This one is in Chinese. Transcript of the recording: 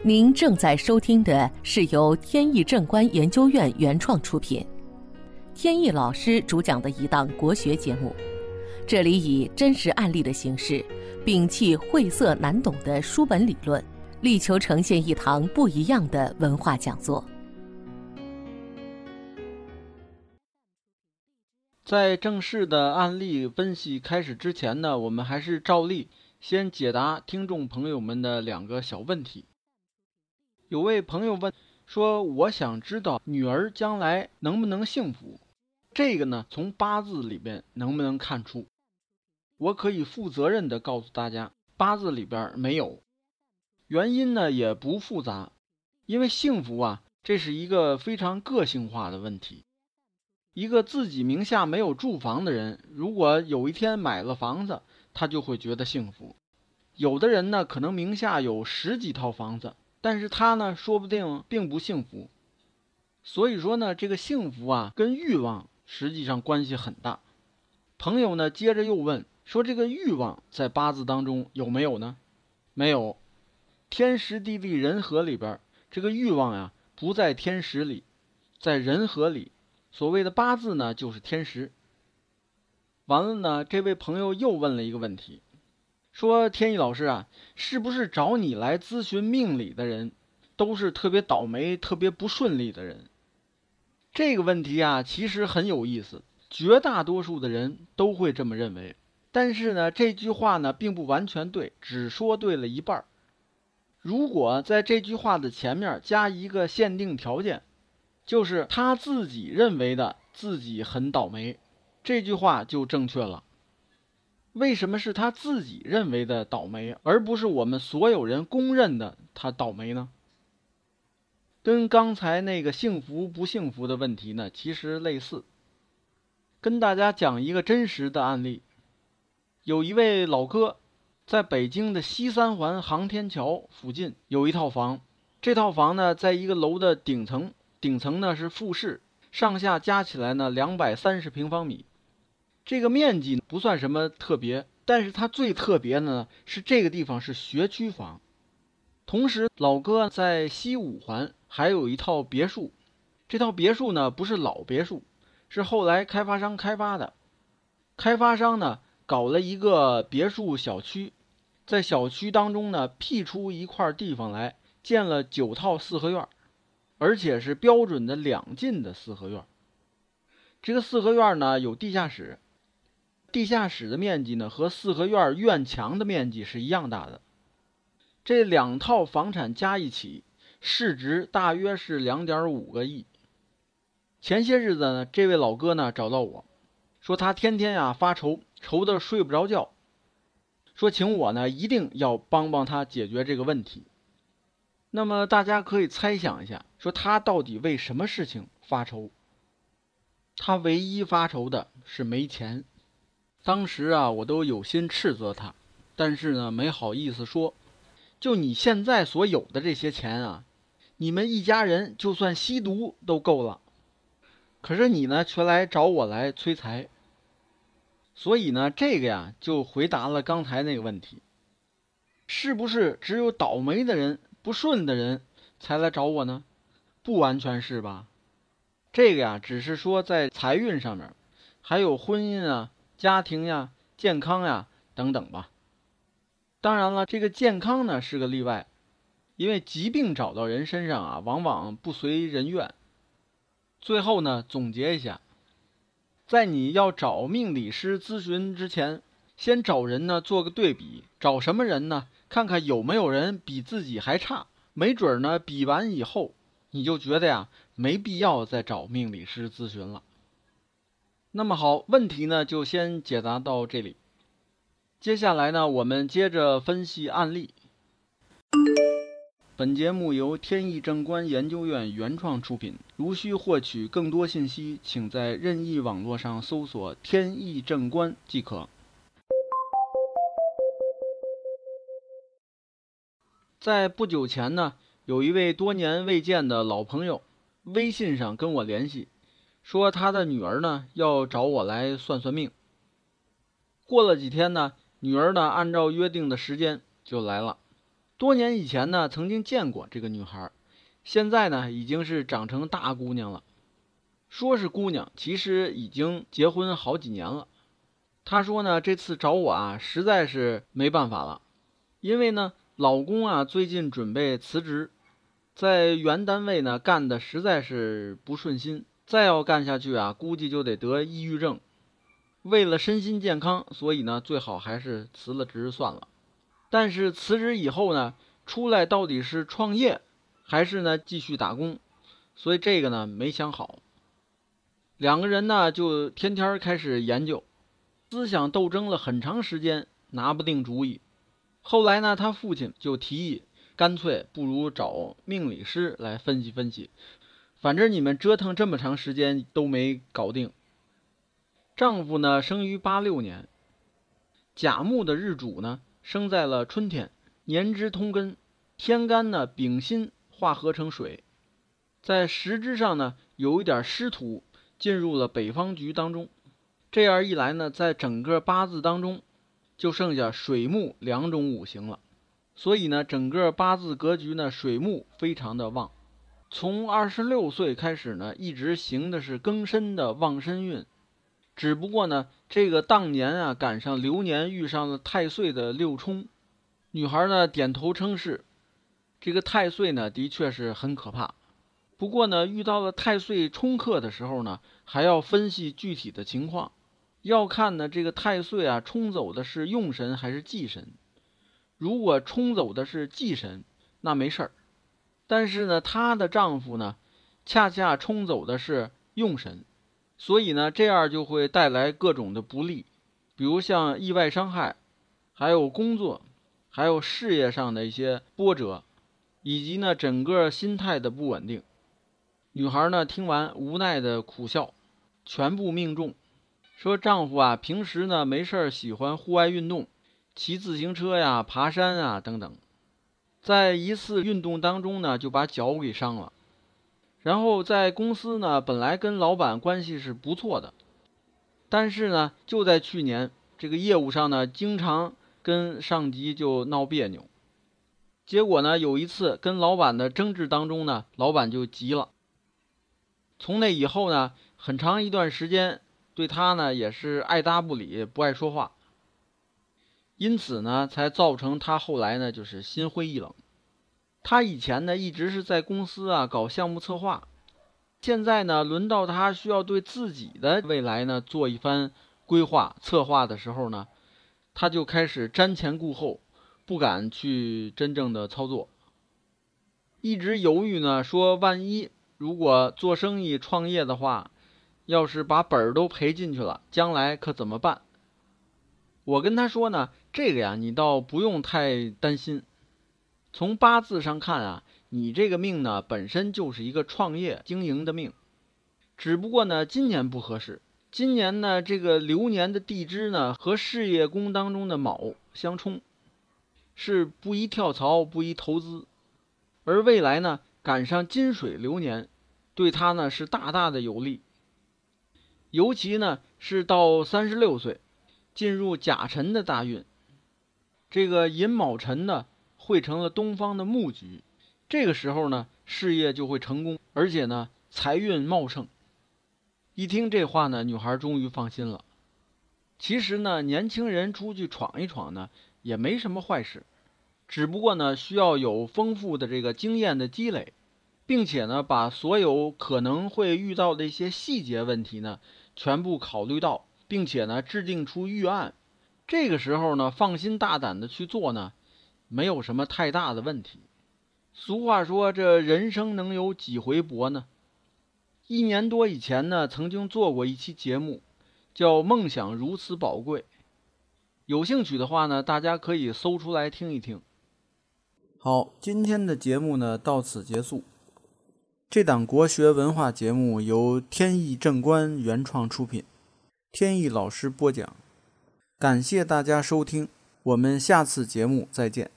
您正在收听的是由天意正观研究院原创出品，天意老师主讲的一档国学节目。这里以真实案例的形式，摒弃晦涩难懂的书本理论，力求呈现一堂不一样的文化讲座。 在正式的案例分析开始之前呢，我们还是照例先解答听众朋友们的2个小问题。有位朋友问说，我想知道女儿将来能不能幸福，这个呢从八字里边能不能看出？我可以负责任的告诉大家，八字里边没有。原因呢也不复杂，因为幸福啊，这是一个非常个性化的问题。一个自己名下没有住房的人，如果有一天买了房子，他就会觉得幸福。有的人呢可能名下有10几套房子，但是他呢说不定并不幸福。所以说呢，这个幸福啊跟欲望实际上关系很大。朋友呢接着又问说，这个欲望在八字当中有没有呢？没有。天时地利人和里边，这个欲望呀不在天时里，在人和里。所谓的八字呢就是天时。完了呢，这位朋友又问了一个问题，说天意老师啊，是不是找你来咨询命理的人都是特别倒霉特别不顺利的人？这个问题啊其实很有意思，绝大多数的人都会这么认为。但是呢，这句话呢并不完全对，只说对了一半。如果在这句话的前面加一个限定条件，就是他自己认为的自己很倒霉，这句话就正确了。为什么是他自己认为的倒霉，而不是我们所有人公认的他倒霉呢？跟刚才那个幸福不幸福的问题呢其实类似。跟大家讲一个真实的案例。有一位老哥在北京的西三环航天桥附近有一套房，这套房呢在一个楼的顶层，顶层呢是复式，上下加起来呢230平方米。这个面积不算什么特别，但是它最特别的呢是这个地方是学区房。同时老哥在西五环还有一套别墅，这套别墅呢不是老别墅，是后来开发商开发的。开发商呢搞了一个别墅小区，在小区当中呢辟出一块地方来，建了9套四合院，而且是标准的2进的四合院。这个四合院呢有地下室，地下室的面积呢和四合院院墙的面积是一样大的。这2套房产加一起市值大约是2.5个亿。前些日子呢，这位老哥呢找到我，说他天天呀发愁，愁得睡不着觉，说请我呢一定要帮帮他解决这个问题。那么大家可以猜想一下，说他到底为什么事情发愁？他唯一发愁的是没钱。当时啊我都有心斥责他，但是呢没好意思说，就你现在所有的这些钱啊，你们一家人就算吸毒都够了，可是你呢却来找我来催财。所以呢这个呀就回答了刚才那个问题，是不是只有倒霉的人不顺的人才来找我呢？不完全是吧。这个呀只是说在财运上面，还有婚姻啊、家庭呀、健康呀等等吧。当然了，这个健康呢是个例外，因为疾病找到人身上啊往往不随人愿。最后呢总结一下，在你要找命理师咨询之前，先找人呢做个对比。找什么人呢？看看有没有人比自己还差，没准呢比完以后你就觉得呀没必要再找命理师咨询了。那么好，问题呢就先解答到这里。接下来呢我们接着分析案例。本节目由天意正观研究院原创出品，如需获取更多信息，请在任意网络上搜索天意正观即可。在不久前呢，有一位多年未见的老朋友微信上跟我联系，说他的女儿呢要找我来算算命。过了几天呢，女儿呢按照约定的时间就来了。 多年以前呢，曾经见过这个女孩，现在呢已经是长成大姑娘了。说是姑娘，其实已经结婚好几年了。她说呢，这次找我啊，实在是没办法了，因为呢，老公啊最近准备辞职，在原单位呢干的实在是不顺心，再要干下去啊，估计就得得抑郁症。为了身心健康，所以呢，最好还是辞了职算了。但是辞职以后呢，出来到底是创业，还是呢继续打工，所以这个呢没想好。两个人呢就天天开始研究，思想斗争了很长时间，拿不定主意。后来呢，他父亲就提议，干脆不如找命理师来分析分析，反正你们折腾这么长时间都没搞定。丈夫呢生于86年，甲木的日主呢生在了春天，年支通根，天干呢丙辛化合成水，在时支上呢有一点湿土进入了北方局当中。这样一来呢，在整个八字当中就剩下水木两种五行了，所以呢整个八字格局呢水木非常的旺。从26岁开始呢，一直行的是庚申的旺申运，只不过呢这个当年啊赶上流年遇上了太岁的六冲。女孩呢点头称是，这个太岁呢的确是很可怕。不过呢遇到了太岁冲克的时候呢，还要分析具体的情况，要看呢这个太岁啊冲走的是用神还是忌神。如果冲走的是忌神，那没事儿，但是呢她的丈夫呢恰恰冲走的是用神，所以呢这样就会带来各种的不利，比如像意外伤害，还有工作，还有事业上的一些波折，以及呢整个心态的不稳定。女孩呢听完无奈的苦笑，全部命中。说丈夫啊平时呢没事喜欢户外运动，骑自行车呀、爬山啊等等，在一次运动当中呢就把脚给伤了。然后在公司呢本来跟老板关系是不错的，但是呢就在去年这个业务上呢经常跟上级就闹别扭，结果呢有一次跟老板的争执当中呢，老板就急了。从那以后呢，很长一段时间对他呢也是爱答不理，不爱说话，因此呢才造成他后来呢就是心灰意冷。他以前呢一直是在公司啊搞项目策划，现在呢轮到他需要对自己的未来呢做一番规划策划的时候呢，他就开始瞻前顾后，不敢去真正的操作，一直犹豫呢，说万一如果做生意创业的话，要是把本儿都赔进去了，将来可怎么办？我跟他说呢，这个呀你倒不用太担心。从八字上看啊，你这个命呢本身就是一个创业经营的命，只不过呢今年不合适。今年呢这个流年的地支呢和事业宫当中的卯相冲，是不宜跳槽，不宜投资。而未来呢赶上金水流年，对他呢是大大的有利。尤其呢是到36岁进入甲辰的大运，这个寅卯辰呢汇成了东方的木局，这个时候呢事业就会成功，而且呢财运茂盛。一听这话呢，女孩终于放心了。其实呢年轻人出去闯一闯呢也没什么坏事，只不过呢需要有丰富的这个经验的积累，并且呢把所有可能会遇到的一些细节问题呢全部考虑到，并且呢制定出预案。这个时候呢放心大胆的去做呢，没有什么太大的问题。俗话说，这人生能有几回搏呢？1年多以前呢曾经做过一期节目，叫梦想如此宝贵，有兴趣的话呢大家可以搜出来听一听。好，今天的节目呢到此结束。这档国学文化节目由天意正观原创出品，天意老师播讲，感谢大家收听，我们下次节目再见。